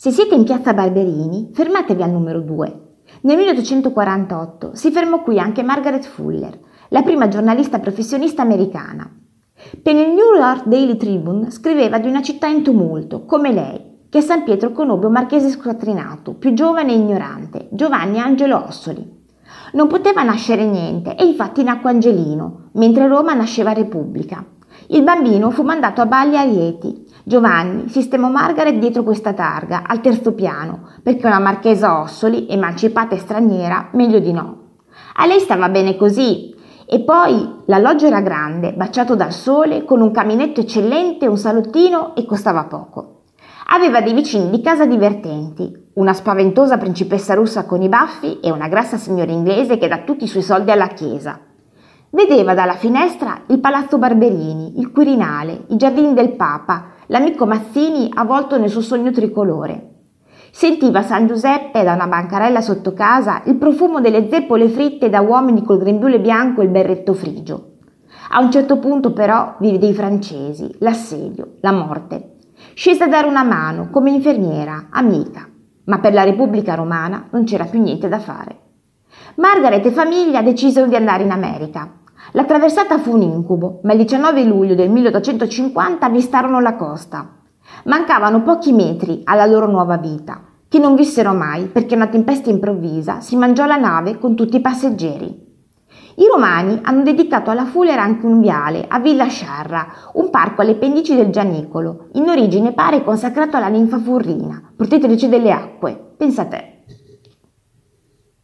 Se siete in piazza Barberini, fermatevi al numero 2. Nel 1848 si fermò qui anche Margaret Fuller, la prima giornalista professionista americana. Per il New York Daily Tribune scriveva di una città in tumulto, come lei, che a San Pietro conobbe un marchese squattrinato, più giovane e ignorante, Giovanni Angelo Ossoli. Non poteva nascere niente e infatti nacque Angelino, mentre Roma nasceva Repubblica. Il bambino fu mandato a balli a Rieti. Giovanni sistemò Margaret dietro questa targa, al terzo piano, perché una marchesa Ossoli, emancipata e straniera, meglio di no. A lei stava bene così. E poi l'alloggio era grande, baciato dal sole, con un caminetto eccellente, un salottino e costava poco. Aveva dei vicini di casa divertenti, una spaventosa principessa russa con i baffi e una grassa signora inglese che dà tutti i suoi soldi alla chiesa. Vedeva dalla finestra il palazzo Barberini, il Quirinale, i giardini del Papa, l'amico Mazzini avvolto nel suo sogno tricolore. Sentiva San Giuseppe da una bancarella sotto casa il profumo delle zeppole fritte da uomini col grembiule bianco e il berretto frigio. A un certo punto però vide i francesi, l'assedio, la morte. Scese a dare una mano come infermiera, amica, ma per la Repubblica Romana non c'era più niente da fare. Margaret e famiglia decisero di andare in America. La traversata fu un incubo, ma il 19 luglio del 1850 avvistarono la costa. Mancavano pochi metri alla loro nuova vita, che non vissero mai perché una tempesta improvvisa si mangiò la nave con tutti i passeggeri. I romani hanno dedicato alla Fuller anche un viale a Villa Sciarra, un parco alle pendici del Gianicolo, in origine pare consacrato alla ninfa Furrina, protettrice delle acque. Pensa te.